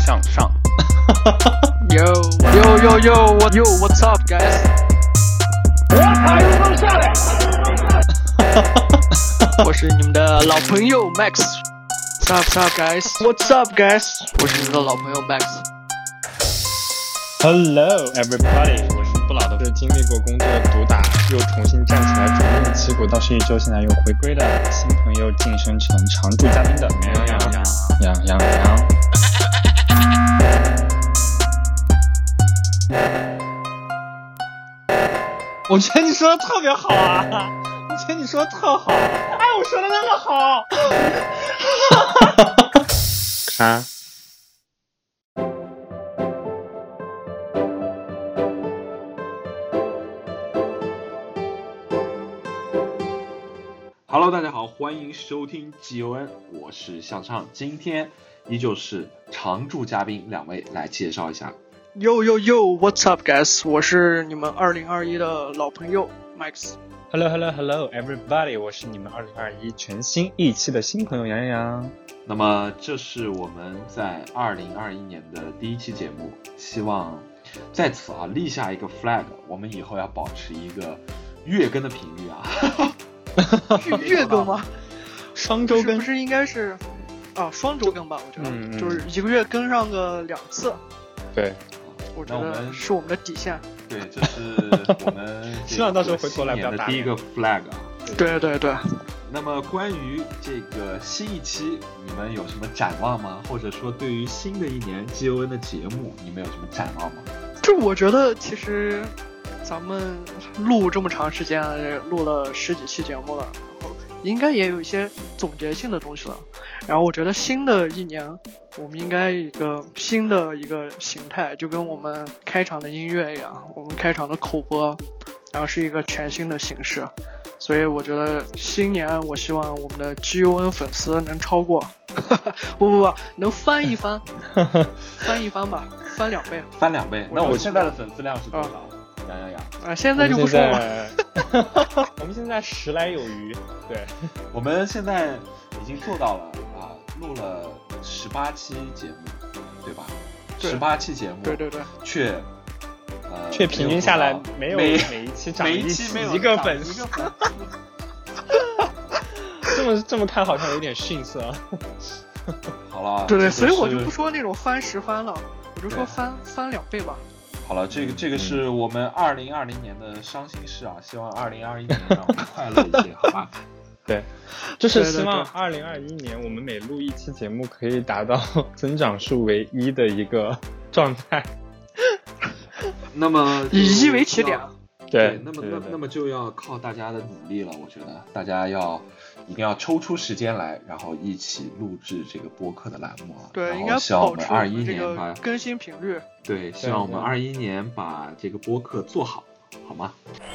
向上。What's up, guys？ 我踩不能下来。 我是你们的老朋友 Max。What's up, guys? What's up, guys? 我是你们的老朋友 Max。 Hello, everybody！ 我是不老的，是经历过工作毒打，又重新站起来重振旗鼓，到11周现在又回归的新朋友晋升成常驻嘉宾的杨。我觉得你说的特别好啊！我觉得你说的特好，哎，我说的那么好。啥 ？Hello， 大家好，欢迎收听 GON， 我是向畅，今天依旧是常驻嘉宾两位来介绍一下。 What's up, guys? 我是你们2021的老朋友 Max。 Hello, everybody！ 我是你们2021全新一期的新朋友杨。 那么这是我们在2021年的第一期节目，希望在此立下一个 flag， 我们以后要保持一个月更的频率啊。 是月更吗？ 双周更不是应该是双周更吧？我觉得就是一个月更上个2次。 对， 我觉得是我们的底线。 对，这是我们希望到时候回头来不要打第一个 flag 啊。 对。 那么关于这个新一期，你们有什么展望吗？或者说对于新的一年 GON 的节目，你们有什么展望吗？ 就我觉得其实咱们录这么长时间，录了10几期节目了，然后应该也有一些总结性的东西了。然后我觉得新的一年，我们应该一个新的一个形态，就跟我们开场的音乐一样，我们开场的口播，然后是一个全新的形式。所以我觉得新年，我希望我们的 GON 粉丝能超过，不，能翻一番，翻一番吧，翻2倍， 翻2倍。那我现在的粉丝量是多少？ 现在就不说了。 我们现在10来有余。对， 我们现在已经做到了录了18期节目，对吧？18期节目， 对， 却平均下来没有每一期涨一个粉丝。这么看好像有点逊色。 好了， 对，所以我就不说那种翻10番了，我就说翻2倍吧。 好了，这个是我们2020年的伤心事啊，希望2021年让我们快乐一些，好吧？ 对，就是希望2021年我们每录一期节目可以达到增长数为1的一个状态。 那么以1为起点。 对，那么就要靠大家的努力了。我觉得大家一定要抽出时间来，然后一起录制这个播客的栏目啊。 对，应该希望我们21 这年个更新频率。 对，希望我们21年把这个播客做好，好吗？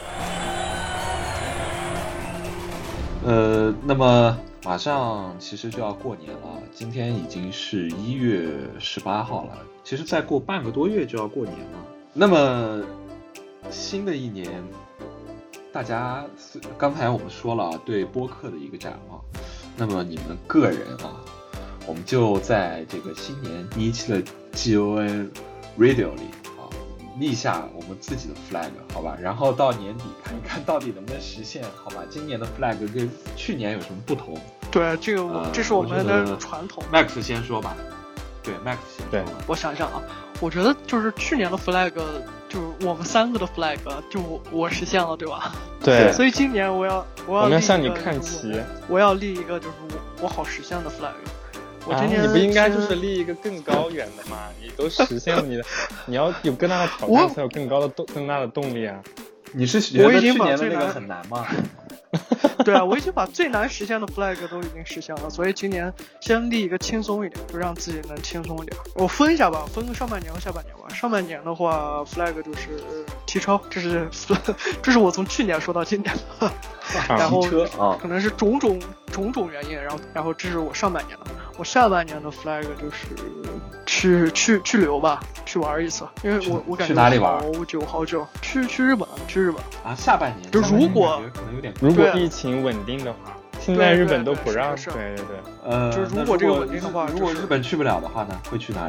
那么马上其实就要过年了，今天已经是1月18号了，其实再过半个多月就要过年了。那么新的一年，大家刚才我们说了对播客的一个展望，那么你们个人我们就在这个新年第一期的 GON Radio 里立下我们自己的 flag， 好吧？然后到年底看一看到底能不能实现，好吧？今年的 flag 跟去年有什么不同？对， 这是我们的传统。 Max 先说吧。对 ，Max 先说吧。 我想想我觉得就是去年的 flag， 就是我们3个的 flag， 就我实现了，对吧？ 对。 所以今年我要向你看齐， 我要立一个就是我好实现的 flag。我今年你不应该就是立一个更高远的吗？你都实现了你的，你要有更大的挑战才有更大的动力啊！ 你是觉得去年的那个很难吗？ 对啊，我已经把最难实现的 flag 都已经实现了，所以今年先立一个轻松一点，就让自己能轻松一点。我分一下吧，分个上半年和下半年吧。上半年的话 flag 就是提超，这是我从去年说到今年的，然后可能是种种原因，然后这是我上半年的。我下半年的 flag 就是去旅游吧，去玩一次，因为我感觉去哪里玩？ 好久，去日本啊！下半年就如果疫情稳定的话，现在日本都不让。对， 就是如果这个稳定的话， 如果日本去不了的话呢，会去哪里？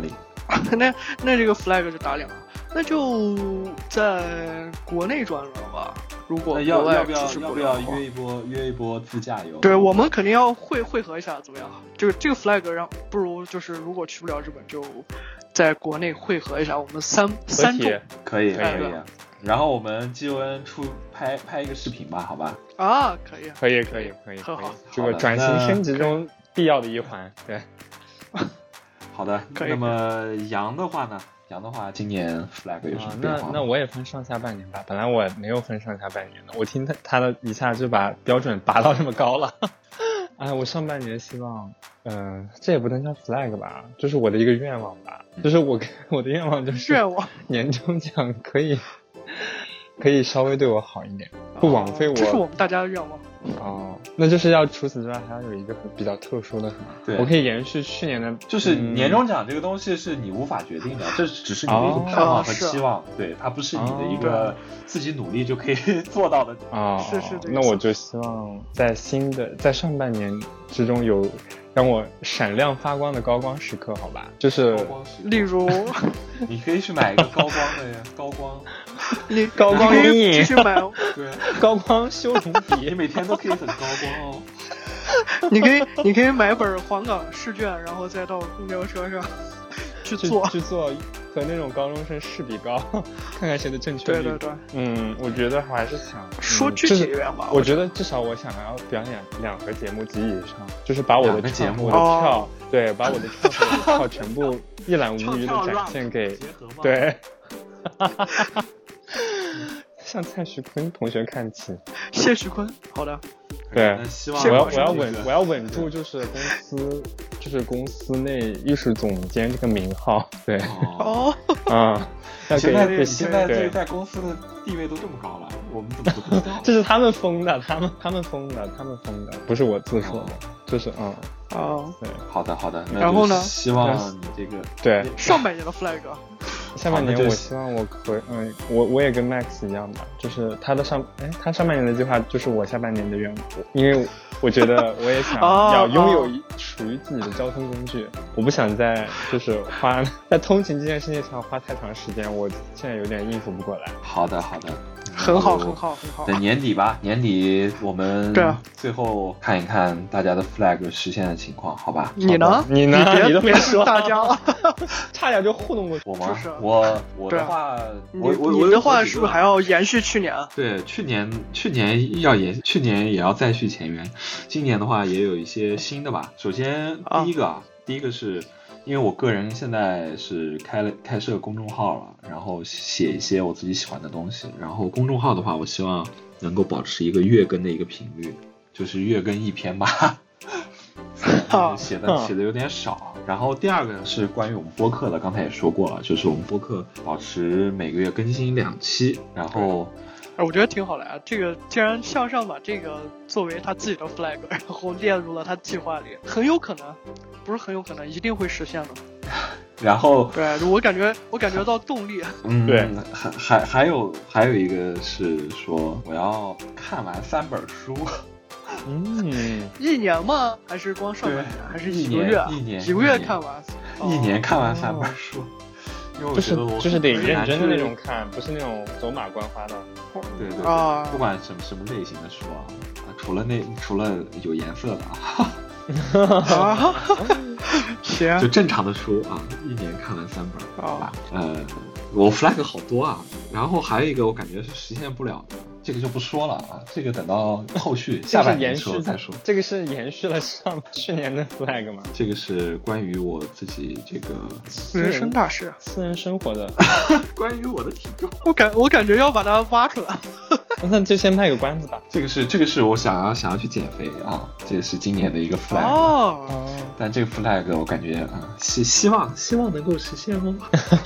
那这个 flag 就打脸了，那就在国内转了吧。如果要国外不要支持不了的话约一波自驾游？ 对，我们肯定要汇合一下，怎么样？这个 flag 不如就是如果去不了日本，就在国内汇合一下，我们三众可以。然后我们 GON 拍一个视频吧，好吧？ 啊，可以， 很好， 这个转型升级中必要的一环，对。 好的，那么杨的话呢？杨的话，今年 flag 有什么变化？ 那我也分上下半年吧。本来我没有分上下半年的，我听他的一下就把标准拔到这么高了。哎，我上半年希望，这也不能叫 flag 吧，就是我的一个愿望吧。就是我的愿望就是年终奖可以稍微对我好一点，不枉费我。 这是我们大家的愿望。 哦，那就是要除此之外还要有一个比较特殊的什么？ 对， 我可以延续去年的， 就是年终奖这个东西是你无法决定的，这只是你的一种盼望和期望，对，它不是你的一个自己努力就可以做到的。 是。 那我就希望在上半年之中有让我闪亮发光的高光时刻，好吧？就是例如， 你可以去买一个高光的呀，高光阴影， 继续买， 对， 高光修容笔， 你每天都可以很高光哦。 你可以买本黄冈试卷，然后再到公交车上去做和那种高中生试比高，看看谁的正确率。 对。 我觉得还是想说具体一点吧。 我觉得至少我想要表演2盒节目及以上，就是把我的节目、我的票，对，把我的票全部一览无余的展现给对。向蔡徐坤同学看齐。 谢徐坤，好的。 对， 希望我要稳住，就是公司内艺术总监这个名号。对。 现在这一代公司的地位都这么高了，我们怎么都不知道？ 这是他们封的，他们封的，不是我自说的，就是对。 好的， 然后呢？ 希望你这个对上半年的 flag。 下半年我希望我可我也跟 Max 一样吧，就是他上半年的计划就是我下半年的愿望，因为我觉得我也想要拥有属于自己的交通工具，我不想在通勤这件事情上花太长时间，我现在有点应付不过来。 好的， 很好。 等年底吧，年底我们最后看一看大家的 flag 实现的情况，好吧？ 你呢？ 你都没说， 大家了， 差点就糊弄过去。 我吗？我的话， 你的话是不是还要延续去年？ 对，去年要去年也要再续前缘，今年的话也有一些新的吧。首先第一个是。因为我个人现在是开设公众号了，然后写一些我自己喜欢的东西。然后公众号的话，我希望能够保持一个月更的一个频率，就是月更1篇吧。写的有点少。然后第二个是关于我们播客的，刚才也说过了，就是我们播客保持每个月更新2期，然后。 我觉得挺好的呀，这个既然向上把这个作为他自己的 flag， 然后列入了他计划里，很有可能，不是很有可能，一定会实现的。 然后， 对，我感觉到动力。 对， 还有一个是说我要看完3本书。 1年吗？还是光上半年？还是1个月？ 几个月看完 ？1年看完3本书。 就是得认真的那种看，不是那种走马观花的。 对，不管什么类型的书啊，除了有颜色的就正常的书啊，1年看完3本，好吧？我 flag 好多啊，然后还有一个我感觉是实现不了的，这个就不说了啊，这个等到后续下半年再说。 这个是延续了去年的 flag 吗？ 这个是关于我自己这个人生大事、 私人生活的， 关于我的体重， 我感觉要把它挖出来。 那就先卖个关子吧。 这个是我想要去减肥啊，这是今年的一个 flag。但这个 flag 我感觉希望能够实现哦。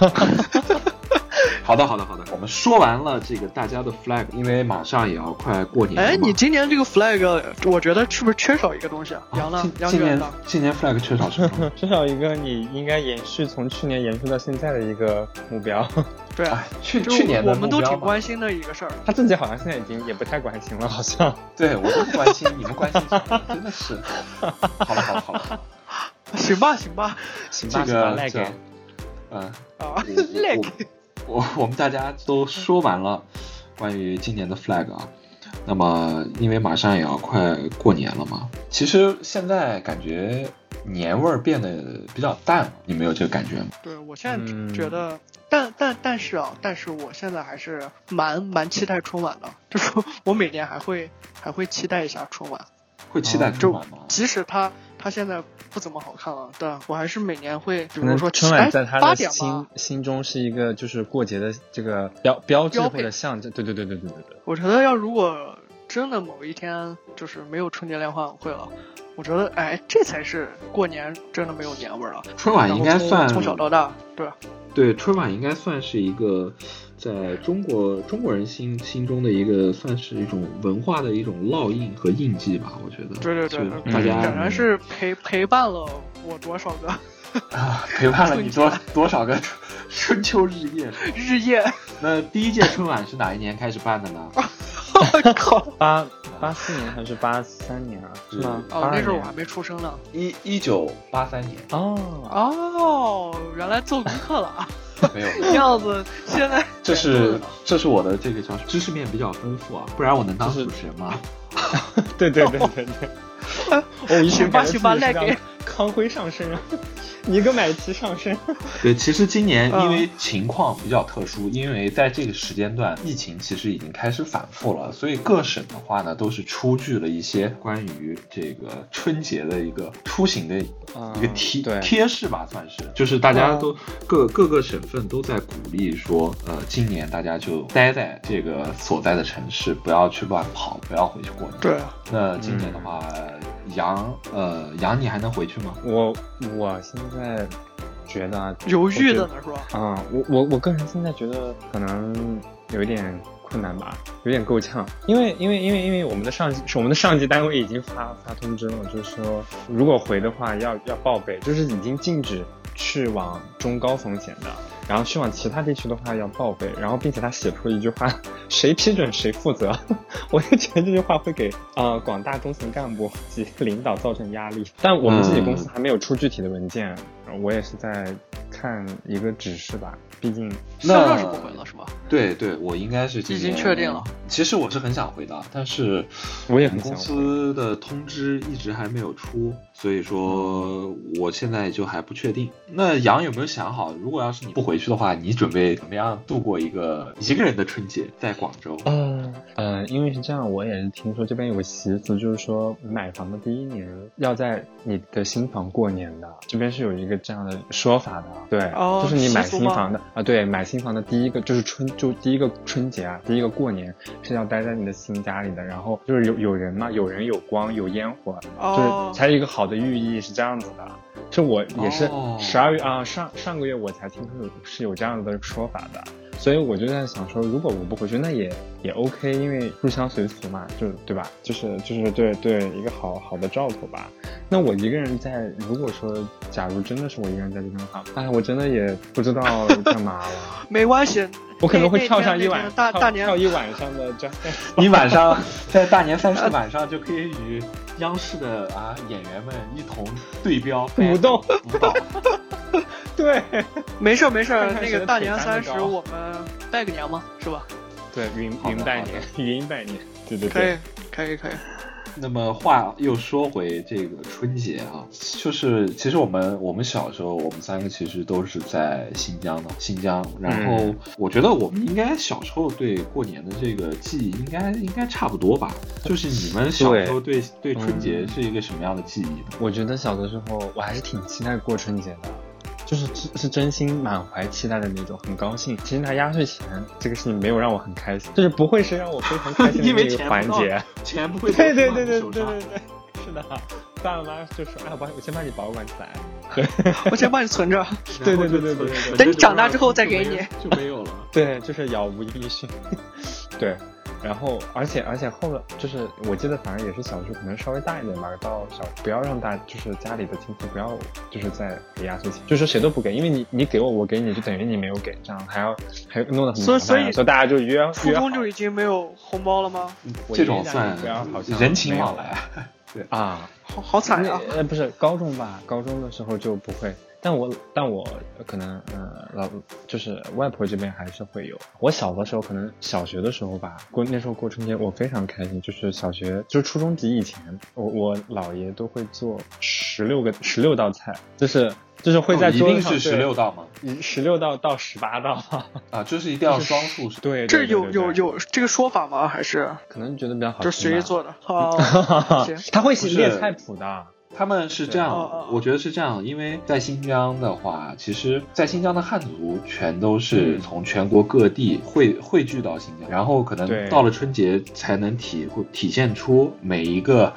好的，我们说完了这个大家的 flag， 因为马上也要快过年了。 你今年这个 flag， 我觉得是不是缺少一个东西啊？杨呢？ 今年 flag 缺少什么？ 缺少一个你应该从去年延续到现在的一个目标。 对啊， 去年的目标我们都挺关心的一个事儿。 他自己好像现在已经也不太关心了，好像。 对，我都不关心，你们关心什么？真的是。好了。 行吧。 这个我们大家都说完了关于今年的 flag 啊。那么因为马上也要快过年了嘛，其实现在感觉年味儿变得比较淡了，你没有这个感觉吗？ 对，我现在觉得，但是我现在还是蛮期待春晚的，就是我每年还会期待一下春晚。 会期待春晚吗？ 即使它现在不怎么好看了，对，我还是每年会，比如说春晚在他的心中是一个就是过节的这个标志或者象征。对。 我觉得如果真的某一天就是没有春节联欢晚会了，我觉得这才是过年真的没有年味了。 春晚应该算从小到大， 对，春晚应该算是一个在中国人心中的一个算是一种文化的一种烙印和印记吧，我觉得。对，大家仍然是陪伴了我多少个陪伴了你多少个春秋日夜。那第一届春晚是哪一年开始办的呢？ 靠 ，84年还是83年啊？是吗？ 那时候我还没出生呢。 1983年。 哦，原来做功课了啊。 没有。 样子现在这是我的这个叫知识面比较丰富啊，不然我能当主持人吗？ 对。 行吧，赖给康辉上身啊。尼格买奇上身。 对，其实今年因为情况比较特殊，因为在这个时间段疫情其实已经开始反复了，所以各省的话呢都是出具了一些关于这个春节的一个出行的一个贴士吧，算是，就是大家都各个省份都在鼓励说，今年大家就待在这个所在的城市，不要去乱跑，不要回去过年。 对。 那今年的话，杨你还能回去吗？ 我现在觉得犹豫的呢，是吧？ 我个人现在觉得可能有一点困难吧，有点够呛，因为我们的上级单位已经发通知了，就是说如果回的话要报备，就是已经禁止去往中高风险的，然后去往其他地区的话要报备，然后并且他写出了一句话，谁批准谁负责。我就觉得这句话会给广大中层干部及领导造成压力，但我们自己公司还没有出具体的文件，我也是在看一个指示吧，毕竟那是不回了是吧？ 对，我应该是已经确定了。 其实我是很想回的，但是我也很想公司的通知一直还没有出，所以说我现在就还不确定。那杨有没有想好，如果要是你不回去的话，你准备怎么样度过一个人的春节在广州？ 因为是这样，我也是听说这边有个习俗，就是说买房的第一年要在你的新房过年的，这边是有一个这样的说法的。对，就是你买新房的对，买新房的第一个就是第一个春节啊，第一个过年是要待在你的新家里的，然后就是有人嘛，有人有光有烟火，就是才有一个好的寓意，是这样子的。是我也是12月上个月我才听说是有这样的说法的，所以我就在想说，如果我不回去，那也 OK， 因为入乡随俗嘛，就对吧？就是对一个好的兆头吧。那我一个人在，如果说假如真的是我一个人在这边的话，我真的也不知道干嘛了。 没关系， 我可能会跳上大年跳一晚上的 Just Dance。 你晚上在大年30晚上就可以与央视的演员们一同对标舞蹈。对， 没事，那个大年30我们拜个年嘛，是吧？ 对，云拜年，语音拜年，对。 可以。 那么话又说回这个春节啊，就是其实我们小时候，我们3个其实都是在新疆，然后我觉得我们应该小时候对过年的这个记忆应该差不多吧。就是你们小时候对春节是一个什么样的记忆呢？ 我觉得小的时候我还是挺期待过春节的。就是真心满怀期待的那种，很高兴。其实拿压岁钱这个事情没有让我很开心，就是不会是让我非常开心的一个环节。 钱不会对，是的。爸爸妈妈就说：“我先把你保管起来，对， 我先帮你存着。” 对， 等你长大之后再给你， 就没有了。 对，就是杳无音讯。对。然后，而且后来就是，我记得反正也是小时候可能稍微大一点吧，到不要让就是家里的亲戚不要就是再给压岁钱，就是谁都不给，因为你给我给你，就等于你没有给，这样还弄得很麻烦，所以大家就约初中就已经没有红包了吗？ 这种算人情往来。对好惨啊！ 不是高中吧？高中的时候就不会， 但我可能就是外婆这边还是会有。我小的时候可能小学的时候吧，那时候过春节我非常开心，就是小学就初中级以前，我姥爷都会做16道菜，就是会在桌子上、 一定是16道吗 ？16道到18道啊，就是一定要双数。 对， 这有这个说法吗？还是可能觉得比较好吃， 就随意做的。 他会写列菜谱的。 他们是这样，我觉得是这样，因为在新疆的话，其实在新疆的汉族全都是从全国各地汇聚到新疆，然后可能到了春节才能体现出每一个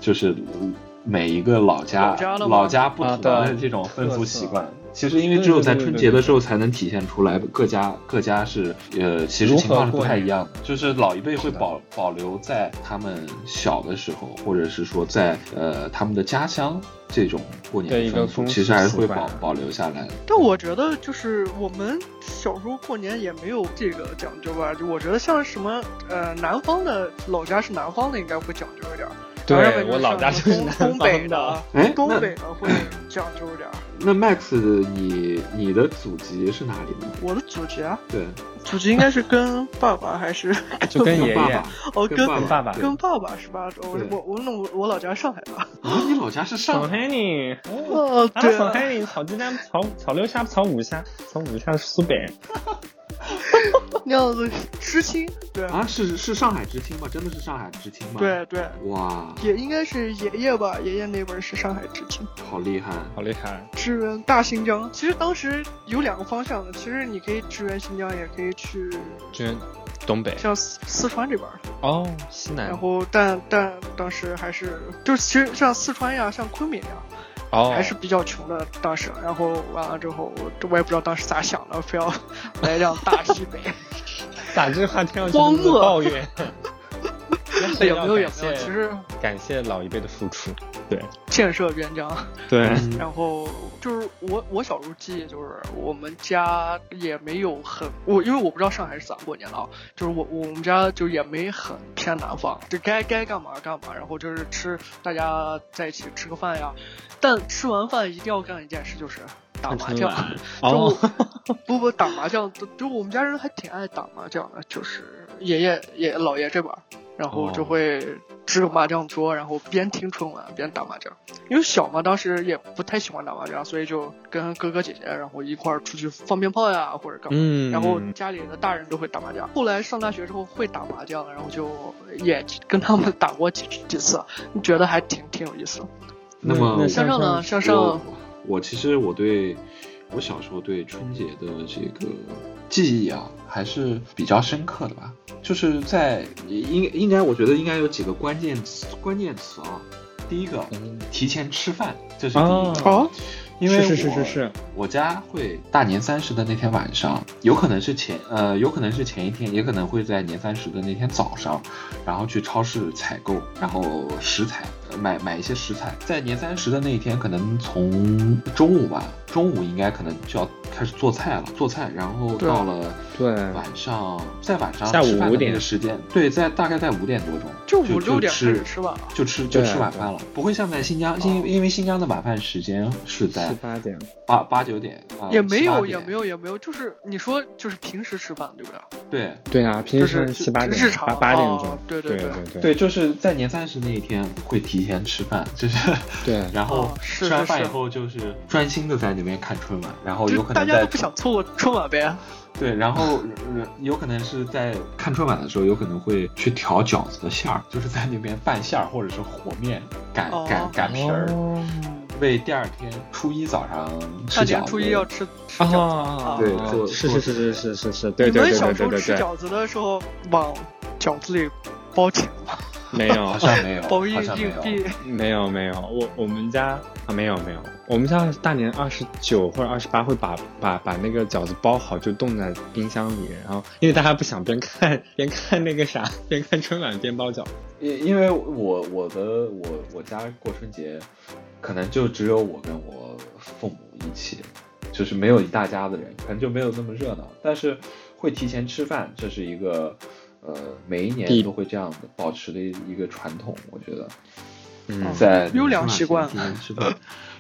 老家不同的这种风俗习惯。其实因为只有在春节的时候才能体现出来各家是其实情况是不太一样的，就是老一辈会保留在他们小的时候，或者是说在他们的家乡这种过年的风俗，其实还是会保留下来的。 但我觉得就是我们小时候过年也没有这个讲究吧，就我觉得像什么南方的老家是南方的应该会讲究一点。 对，我老家就是东北的，东北的会讲究点。 那 Max， 你的祖籍是哪里的？ 我的祖籍啊？ 对， 祖籍应该是跟爸爸还是就跟爷爷？ 哦，跟爸爸， 跟爸爸是吧？我老家上海的。 啊，你老家是上海人？ 哦，对， 上海人炒鸡蛋，炒六虾，炒五虾是苏北。 那样子知青，对啊，是上海知青吗？真的是上海知青吗？ 对对， 哇， 也应该是爷爷吧，爷爷那边是上海知青， 好厉害， 好厉害！ 支援大新疆，其实当时有2个方向的，其实你可以支援新疆，也可以去支援东北， 像四川这边哦，西南。 然后但当时还是就是其实像四川呀，像昆明呀。还是比较穷的当时，然后完了之后，我也不知道当时咋想的，非要来辆大西北。 咋这话听上去这么抱怨？ 也没有，其实感谢老一辈的付出，对， 建设边疆， 对。 然后就是我小时候记忆就是我们家也没有因为我不知道上海是咋过年的啊，就是我们家就也没很偏南方，就该干嘛干嘛，然后就是大家在一起吃个饭呀，但吃完饭一定要干一件事，就是打麻将。不打麻将，就我们家人还挺爱打麻将的，就是姥爷这边。然后就会支个麻将桌，然后边听春晚边打麻将。因为小嘛，当时也不太喜欢打麻将，所以就跟哥哥姐姐，然后一块儿出去放鞭炮呀，或者干嘛。然后家里的大人都会打麻将。后来上大学之后会打麻将，然后就也跟他们打过几次，觉得还挺有意思的。 那么向上呢？向上， 其实我小时候对春节的这个记忆啊，还是比较深刻的吧。就是在应该，我觉得应该有几个关键词啊。第一个，提前吃饭，这是第一个。因为是，我家会大年30的那天晚上，有可能是前一天，也可能会在年30的那天早上，然后去超市采购，然后食材买一些食材。在年30的那一天，可能从中午应该可能就要开始做菜，然后到了晚上下午5点的时间，对，大概在5点多钟， 就5、6点开始吃晚了， 就吃晚饭了，不会像在新疆，因为新疆的晚饭时间是在 8点 8、9点啊， 也没有，就是你说就是平时吃饭对不对？ 对啊，平时7、8点， 日常 8点钟， 对， 就是在年30那一天会提前吃饭，就是对， 然后吃完饭以后就是专心的在那边看春晚，然后有可能大家都不想错过春晚呗。 对，然后有可能是在看春晚的时候，有可能会去调饺子的馅儿，就是在那边拌馅儿或者是和面、擀皮儿，为第二天初一早上吃饺子。大年初一要吃饺子。 对， 是，对。 你们小时候吃饺子的时候往饺子里包钱吗？ 没有， 好像没有， 包硬币。 没有，我们家没有，我们家大年29或者28会把那个饺子包好，就冻在冰箱里，然后因为大家不想边看那个啥，边看春晚边包饺子。 因为我家过春节，可能就只有我跟我父母一起，就是没有一大家的人，可能就没有那么热闹，但是会提前吃饭，这是一个每一年都会这样的保持的一个传统，我觉得。在优良习惯。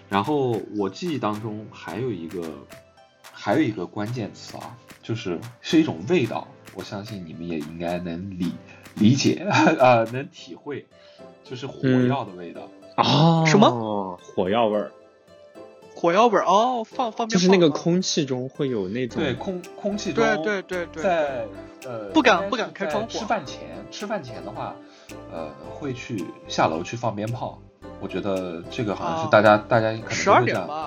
然后我记忆当中还有一个关键词啊，是一种味道，我相信你们也应该能理解能体会，就是火药的味道。 什么火药味儿？ 火药味儿哦，放鞭炮就是那个空气中会有那种对空气中对， 在不敢开窗户。 吃饭前的话，会去下楼去放鞭炮。我觉得这个好像是大家可能 12点吧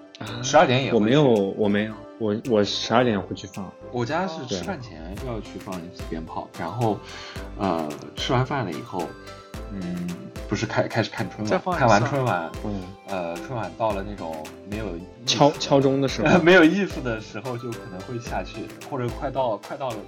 ，12点也会。 我没有，我12点会去放。 我家是吃饭前要去放一次鞭炮，然后吃完饭了以后，不是开始看春晚，看完春晚，春晚到了那种没有敲钟的时候， 没有意思的时候，就可能会下去，或者快到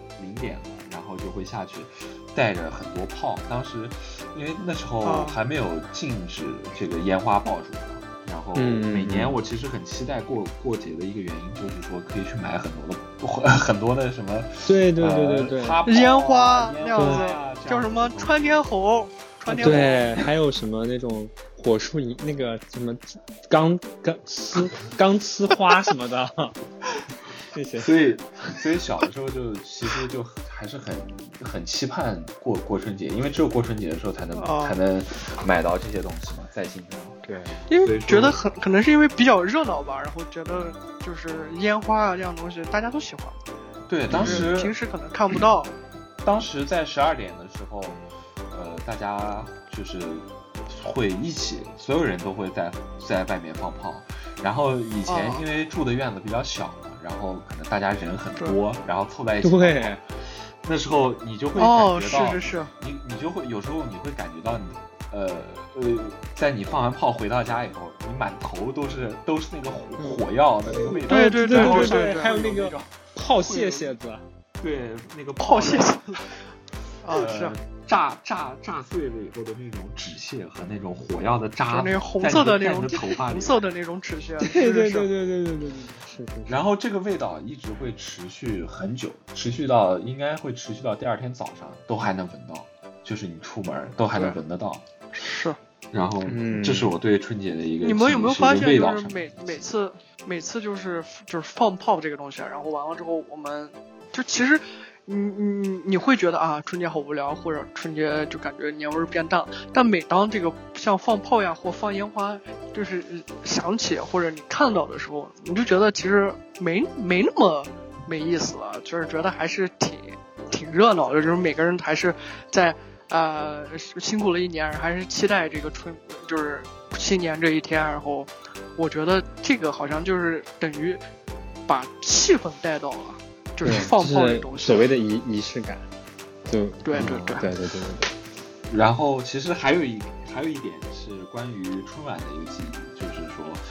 0点了，然后就会下去，带着很多炮。当时因为那时候还没有禁止这个烟花爆竹，然后每年我其实很期待过节的一个原因，就是说可以去买很多的什么对， 烟花那样子，叫什么穿天猴。 对，还有什么那种火树银那个什么钢呲花什么的，这些。 所以小的时候其实就还是很期盼过春节，因为只有过春节的时候才能买到这些东西嘛，在新疆。 对， 因为觉得可能是因为比较热闹吧，然后觉得就是烟花啊这样东西大家都喜欢。 对，当时平时可能看不到。 当时在12点的时候。大家就是会一起，所有人都会在外面放炮。然后以前因为住的院子比较小嘛，然后可能大家人很多，然后凑在一起。 对， 那时候你就会感觉到， 是， 你就会有时候你会感觉到在你放完炮回到家以后，你满头都是那个火药的那个味道。 对， 还有那个炮屑子。 对，那个炮屑子。是。 炸碎了以后的那种纸屑和那种火药的渣， 那红色的那种头发里， 红色的那种纸屑。 对，是。 然后这个味道一直会持续很久，应该会持续到第二天早上都还能闻到，就是你出门都还能闻得到。 是。 然后，这是我对春节的一个。 你们有没有发现，就是每次就是放炮这个东西，然后完了之后，我们就其实。你会觉得啊，春节好无聊，或者春节就感觉年味变淡。但每当这个像放炮呀或放烟花，就是响起或者你看到的时候，你就觉得其实没那么没意思了，就是觉得还是挺热闹的，就是每个人还是在辛苦了一年，还是期待这个就是新年这一天。然后我觉得这个好像就是等于把气氛带到了。就是放炮这东西， 所谓的仪式感，就对。 然后其实还有一点是关于春晚的一个记忆，就是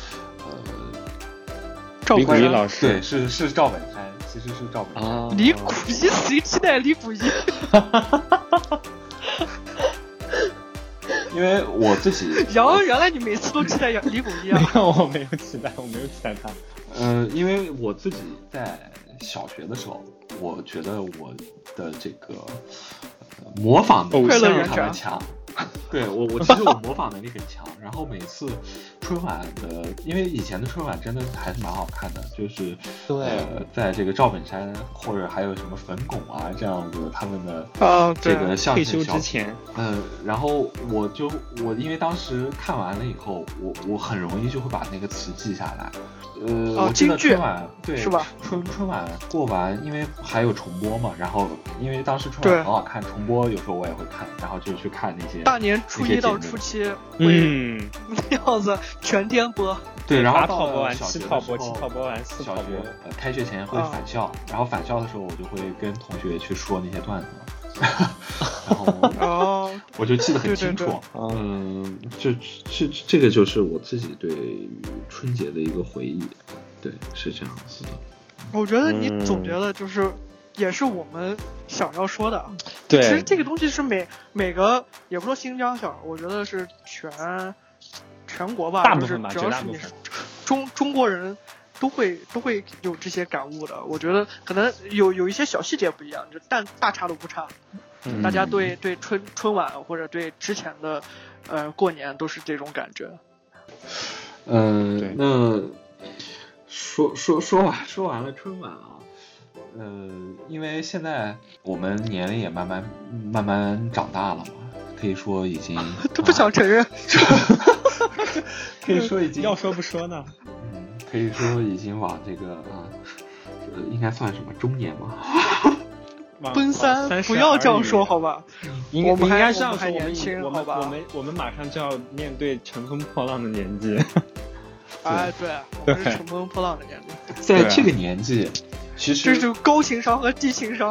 说， 李谷一老师， 对，是赵本山，其实是赵本山。 李谷一，谁期待李谷一？ 因为我自己， 原来你每次都期待李谷一啊？ 没有，我没有期待他。 因为我自己在小学的时候，我觉得我的这个模仿能力非常的强。对我其实我模仿能力很强，然后每次春晚的，因为以前的春晚真的还是蛮好看的，就是在这个赵本山或者还有什么冯巩啊这样子他们的这个相声退休之前， 然后我因为当时看完了以后，我很容易就会把那个词记下来。我记得春晚对是吧？ 春晚过完，因为还有重播嘛，然后因为当时春晚很好看，重播有时候我也会看，然后就去看那些大年初一到初七，那样子全天播。 对，然后 8套播完7套播，7套播完4套播。 开学前会返校，然后返校的时候我就会跟同学去说那些段子。然后我就记得很清楚。这个就是我自己对于春节的一个回忆。对，是这样子的。 我觉得你总结的就是也是我们想要说的。 对， 其实这个东西是每个也不说新疆小，我觉得是全国吧， 大部分吧， 只要是你是中国人都会有这些感悟的。我觉得可能有一些小细节不一样，但大差都不差。大家对春晚或者对之前的过年都是这种感觉。 对那说完了春晚啊，因为现在我们年龄也慢慢长大了嘛，可以说已经都不想承认， 可以说已经要说不说呢， 可以说已经往这个应该算什么中年嘛。 奔三，不要这样说好吧？ 应该这样说， 还年轻，好吧？ 我们马上就要面对乘风破浪的年纪。 哎，对，我们是乘风破浪的年纪。 在这个年纪，其实这就是高情商和低情商。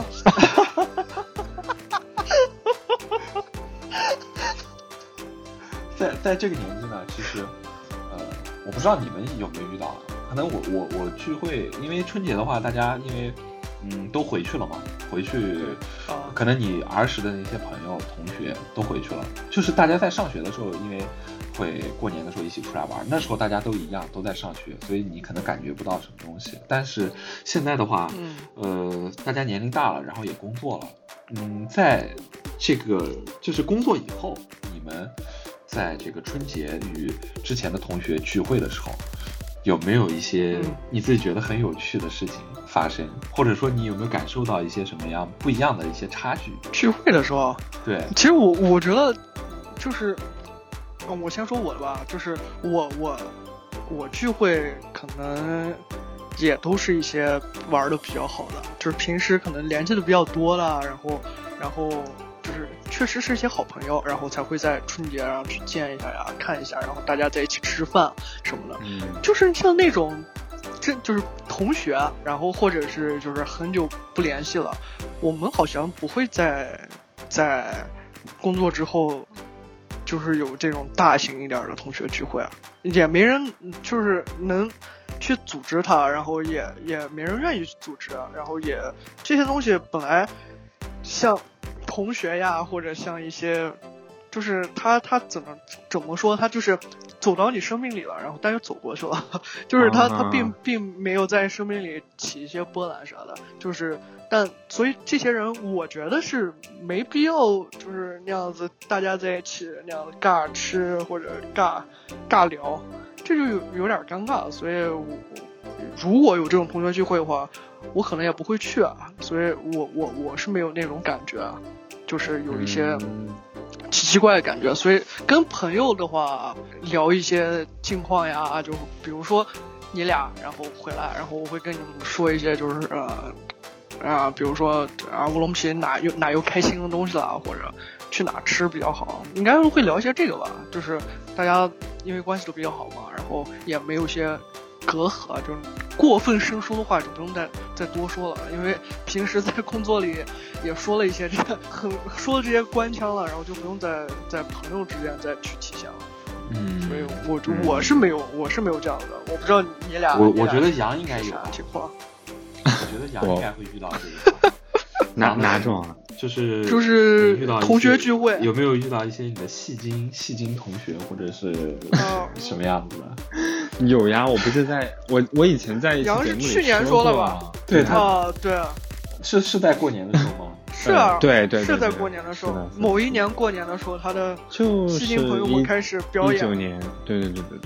在这个年纪呢，其实我不知道你们有没有遇到，可能我聚会，因为春节的话，大家因为都回去了嘛，回去可能你儿时的那些朋友同学都回去了，就是大家在上学的时候，因为会过年的时候一起出来玩，那时候大家都一样都在上学，所以你可能感觉不到什么东西。但是现在的话，大家年龄大了，然后也工作了，在这个就是工作以后，你们在这个春节与之前的同学聚会的时候，有没有一些你自己觉得很有趣的事情发生，或者说你有没有感受到一些什么样不一样的一些差距？ 聚会的时候， 对， 其实我觉得就是，我先说我的吧，就是我聚会可能也都是一些玩的比较好的，就是平时可能联系的比较多了，然后就是确实是一些好朋友，然后才会在春节上去见一下呀，看一下，然后大家在一起吃饭什么的。就是像那种就是同学，然后或者是就是很久不联系了，我们好像不会在工作之后就是有这种大型一点的同学聚会啊，也没人就是能去组织它，然后也没人愿意去组织，然后也这些东西本来像同学呀，或者像一些就是他怎么说，他就是走到你生命里了，然后但又走过去了，就是他并没有在生命里起一些波澜啥的，就是但所以这些人我觉得是没必要就是那样子大家在一起那样子尬吃或者尬聊，这就有点尴尬，所以如果有这种同学聚会的话，我可能也不会去啊，所以我是没有那种感觉啊，就是有一些奇奇怪的感觉，所以跟朋友的话聊一些近况呀，就比如说你俩然后回来，然后我会跟你们说一些就是比如说乌龙皮哪有开心的东西了，或者去哪吃比较好，应该会聊一些这个吧，就是大家因为关系都比较好嘛，然后也没有些隔阂，就是过分生疏的话就不用再多说了，因为平时在工作里也说了一些说了这些官腔了，然后就不用在朋友之间再去体现了。所以我是没有这样的，我不知道你俩。 我觉得杨应该有情况。 我觉得杨应该会遇到这个。 哪种啊？ 就是遇到同学聚会， 有没有遇到一些你的戏精同学，或者是什么样子的？ 有呀，我不是在我以前在一期节目里去年说了吧？ 对对啊， 是在过年的时候吗？ 是啊， 对， 是在过年的时候，某一年过年的时候，他的戏精朋友们开始表演。 19年，对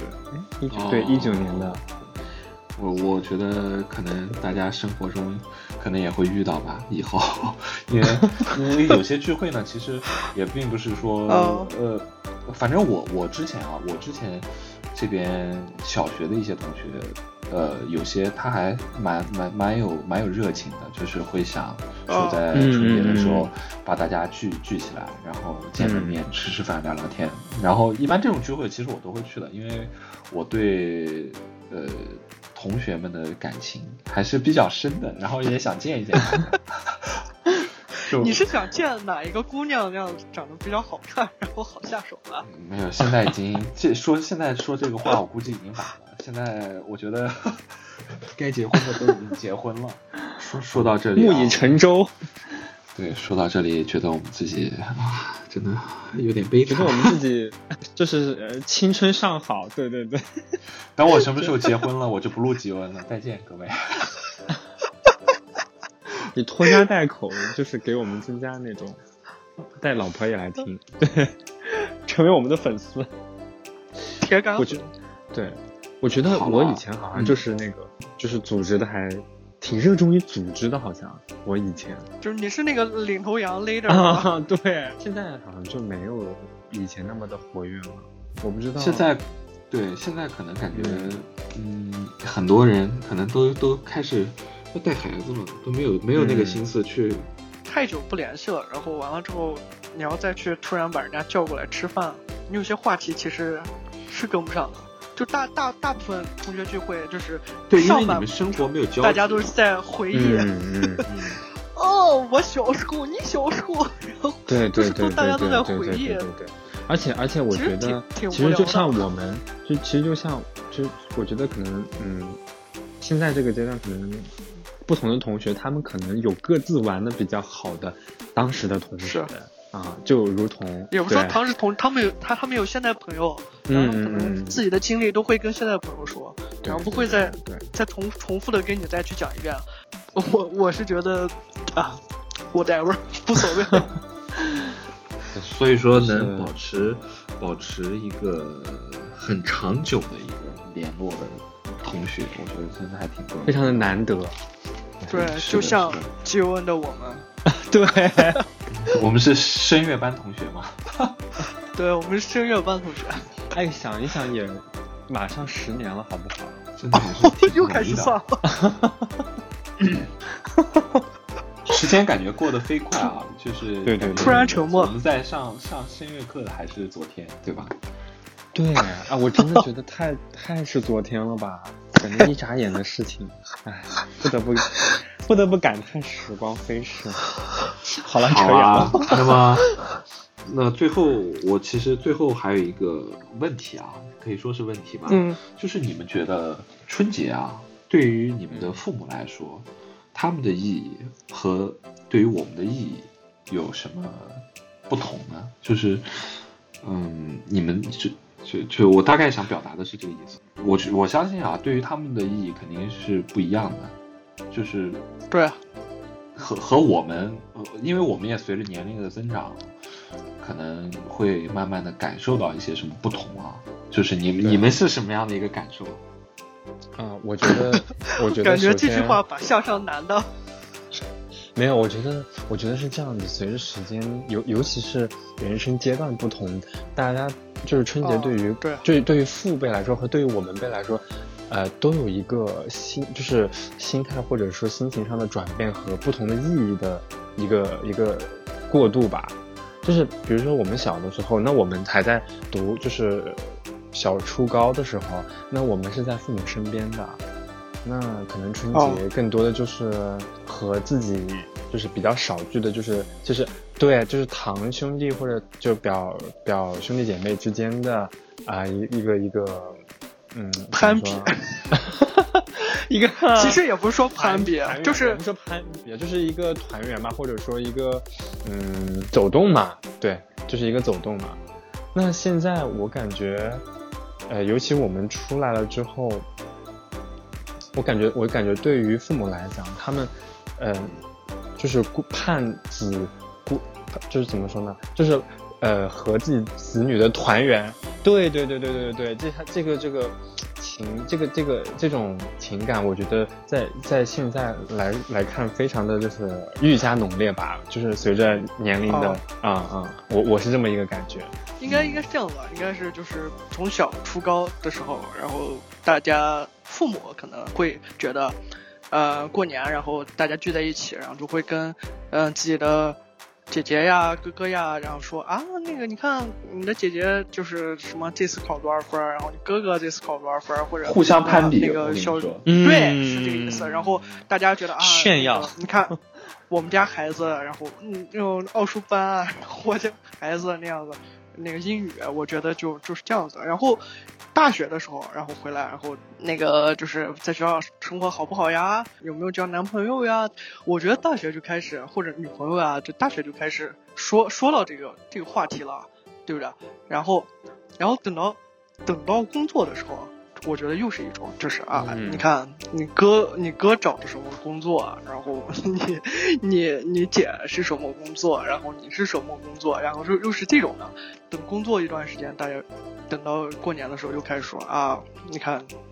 ，19年的。 我觉得可能大家生活中可能也会遇到吧，以后，因为有些聚会呢，其实也并不是说反正我之前这边小学的一些同学，有些他还蛮有热情的，就是会想说在春节的时候把大家聚起来，然后见个面吃饭聊聊天，然后一般这种聚会其实我都会去的，因为我对同学们的感情还是比较深的，然后也想见一见他们。 你是想见哪一个姑娘那样长得比较好看，然后好下手啊？ 没有，现在已经现在说这个话，我估计已经晚了。现在我觉得该结婚的都已经结婚了。说到这里， 木已成舟。 对，说到这里，觉得我们自己真的有点悲惨。 觉得我们自己就是青春尚好，对。 等我什么时候结婚了，我就不录吉文了。再见，各位。 你拖家带口，就是给我们增加那种带老婆也来听，对，成为我们的粉丝。 铁杆。 我觉得，对， 我觉得我以前好像就是那个，就是组织的还挺热衷于组织的，好像我以前就是你是那个领头羊 leader 啊，对，现在好像就没有以前那么的活跃了，我不知道。 现在可能感觉，很多人可能都开始要带孩子了，都没有那个心思去。 太久不联系了，然后完了之后，你要再去突然把人家叫过来吃饭，你有些话题其实是跟不上的。就大部分同学聚会就是对，因为你们生活没有交集， 大家都是在回忆。哦，我小时候，你小时候，然后对， 大家都在回忆。 对。而且我觉得，其实就像我们，就像我觉得可能现在这个阶段可能不同的同学，他们可能有各自玩的比较好的当时的同学。啊，就如同也不说当时他们有现在朋友，然后可能自己的经历都会跟现在朋友说，然后不会再重复的跟你再去讲一遍。我是觉得whatever 无所谓。 所以说能保持一个很长久的一个联络的同学，我觉得真的还挺非常的难得。 对，就像基恩的我们。 对。 我们是声乐班同学吗？ 对，我们是声乐班同学。 哎，想一想也马上10年了，好不好？ 真的是又开始算了。 时间感觉过得飞快啊，就是对， 突然沉默。 我们在上声乐课的还是昨天，对吧？ 对啊，我真的觉得太是昨天了吧，感觉一眨眼的事情，哎，不得不感叹时光飞逝。好了，扯远了。 那最后我其实最后还有一个问题啊，可以说是问题吧，就是你们觉得春节啊，对于你们的父母来说，他们的意义和对于我们的意义有什么不同呢？就是你们就我大概想表达的是这个意思。我相信啊，对于他们的意义肯定是不一样的，就是对， 和我们，因为我们也随着年龄的增长，可能会慢慢的感受到一些什么不同啊。就是你们是什么样的一个感受？ 我觉得感觉这句话把向上难的。 没有，我觉得是这样子。随着时间，尤其是人生阶段不同，大家就是春节对于父辈来说和对于我们辈来说，都有一个就是心态或者说心情上的转变和不同的意义的一个过渡吧。就是比如说我们小的时候，那我们还在读就是小初高的时候，那我们是在父母身边的。那可能春节更多的就是和自己就是比较少聚的，就是对，就是堂兄弟或者就表兄弟姐妹之间的一个攀比。 一个其实也不是说攀比，就是说攀比，就是一个团圆嘛，或者说一个走动嘛，对，就是一个走动嘛。那现在我感觉，尤其我们出来了之后，我感觉对于父母来讲，他们就是盼子就是怎么说呢？就是和自己子女的团圆。对，这种情感，我觉得在现在来看，非常的就是愈加浓烈吧。就是随着年龄的我是这么一个感觉。 应该是这样吧，应该是就是从小初高的时候，然后大家父母可能会觉得，过年，然后大家聚在一起，然后就会跟自己的姐姐呀、哥哥呀，然后说那个你看你的姐姐就是什么这次考多少分，然后你哥哥这次考多少分，或者互相攀比， 那个对，是这个意思。然后大家觉得炫耀， 你看我们家孩子，然后那种奥数班啊，我家孩子那样子，那个英语，我觉得就是这样子。然后大学的时候，然后回来，然后那个就是在学校生活好不好呀？有没有交男朋友呀？我觉得大学就开始，或者女朋友啊，就大学就开始说到这个话题了，对不对？然后等到工作的时候，我觉得又是一种，就是你看你哥找的什么工作，然后你姐是什么工作，然后你是什么工作，然后又是这种的。等工作一段时间，大家等到过年的时候又开始说你看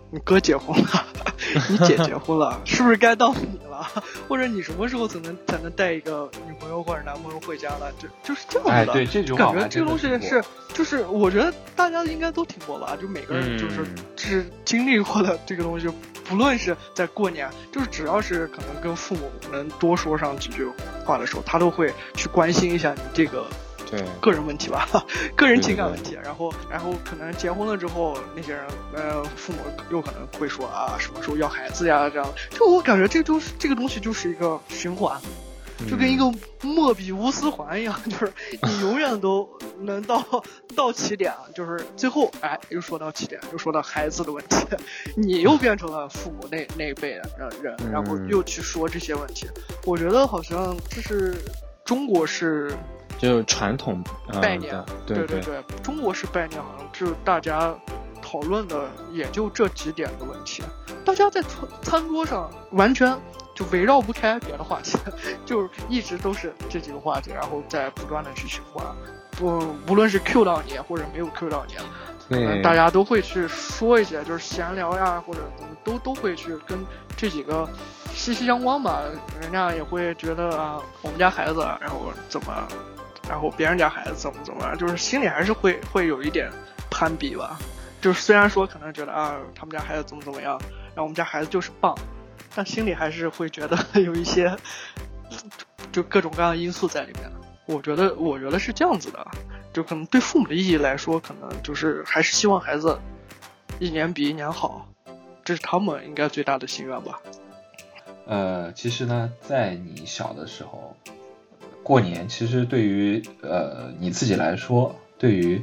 你哥结婚了，你姐结婚了，是不是该到你了？或者你什么时候才能带一个女朋友或者男朋友回家了？就是这样子的。 哎，对，这句话感觉这个东西是，就是我觉得大家应该都听过吧，就每个人就是经历过的这个东西，不论是在过年，就是只要是可能跟父母能多说上几句话的时候，他都会去关心一下你这个。 对个人问题吧，个人情感问题，然后可能结婚了之后，那些人父母又可能会说啊，什么时候要孩子呀，这样，就我感觉这个东西就是一个循环，就跟一个莫比乌斯环一样，就是你永远都能到起点，就是最后又说到起点，又说到孩子的问题，你又变成了父母那一辈的人，然后又去说这些问题，我觉得好像这是中国是。 就传统拜年， 对， 中国式拜年好像就大家讨论的也就这几点的问题，大家在餐桌上完全就围绕不开别的话题，就是一直都是这几个话题，然后再不断的去循环，无论是 Q 到你或者没有 Q 到你，大家都会去说一些就是闲聊呀，或者都会去跟这几个息息相关吧，人家也会觉得啊，我们家孩子然后怎么。然后别人家孩子怎么，就是心里还是会有一点攀比吧。就是虽然说可能觉得啊，他们家孩子怎么样，然后我们家孩子就是棒，但心里还是会觉得有一些，就各种各样的因素在里面。我觉得是这样子的，就可能对父母的意义来说，可能就是还是希望孩子一年比一年好，这是他们应该最大的心愿吧。 其实呢，在你小的时候。过年其实对于你自己来说，对于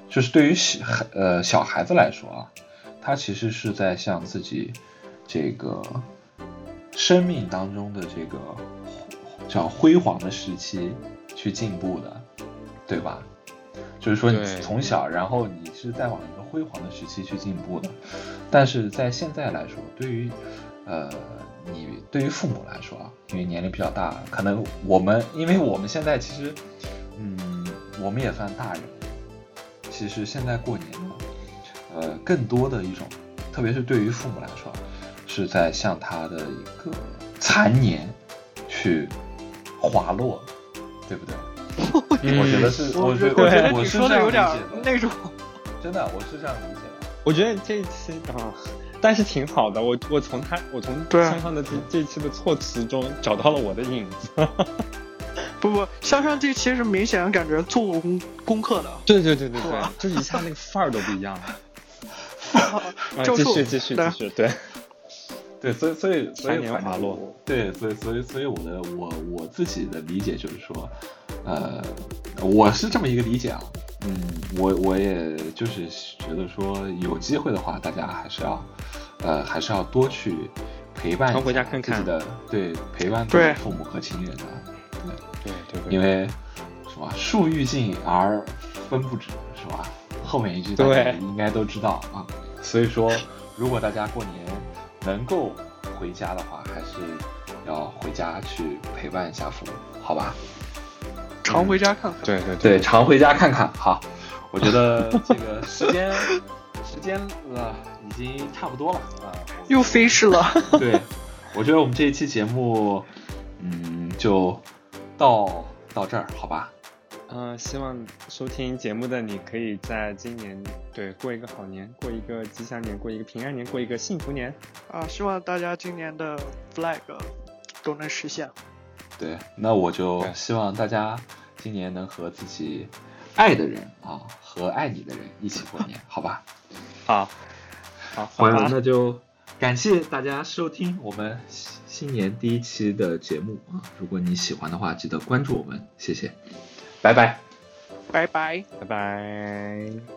小孩子来说啊，他其实是在向自己这个生命当中的这个叫辉煌的时期去进步的，对吧？就是说你从小，然后你是在往一个辉煌的时期去进步的，但是在现在来说，对于父母来说啊，因为年龄比较大，可能因为我们现在其实，我们也算大人，其实现在过年呢，更多的一种，特别是对于父母来说，是在向他的一个残年去滑落，对不对？我觉得是，我觉得你说的有点那种， 真的，我是这样理解的。 我觉得这一期但是挺好的，我从香香的这一期的措辞中找到了我的影子。 不，香香这期是明显感觉做过功课的。 对，这一下那个范儿都不一样了。继续， 对，所以残年滑落。 对，所以我自己的理解就是说，我是这么一个理解啊。我也就是觉得说，有机会的话，大家还是要多去陪伴常回家看看自己的，对，陪伴自己的父母和亲人的， 对， 因为什么树欲静而风不止，是吧？后面一句大家应该都知道啊。所以说，如果大家过年能够回家的话，还是要回家去陪伴一下父母，好吧？ 常回家看看， 对，常回家看看。好，我觉得这个时间已经差不多了啊， 又飞逝了。 对，我觉得我们这一期节目，就到这儿，好吧？ 希望收听节目的你可以在今年过一个好年，过一个吉祥年，过一个平安年，过一个幸福年啊！希望大家今年的 flag 都能实现。 对，那我就希望大家今年能和自己爱的人啊，和爱你的人一起过年，好吧？ 好， 那就感谢大家收听我们新年第一期的节目啊！如果你喜欢的话，记得关注我们，谢谢，拜拜， 拜拜， 拜拜。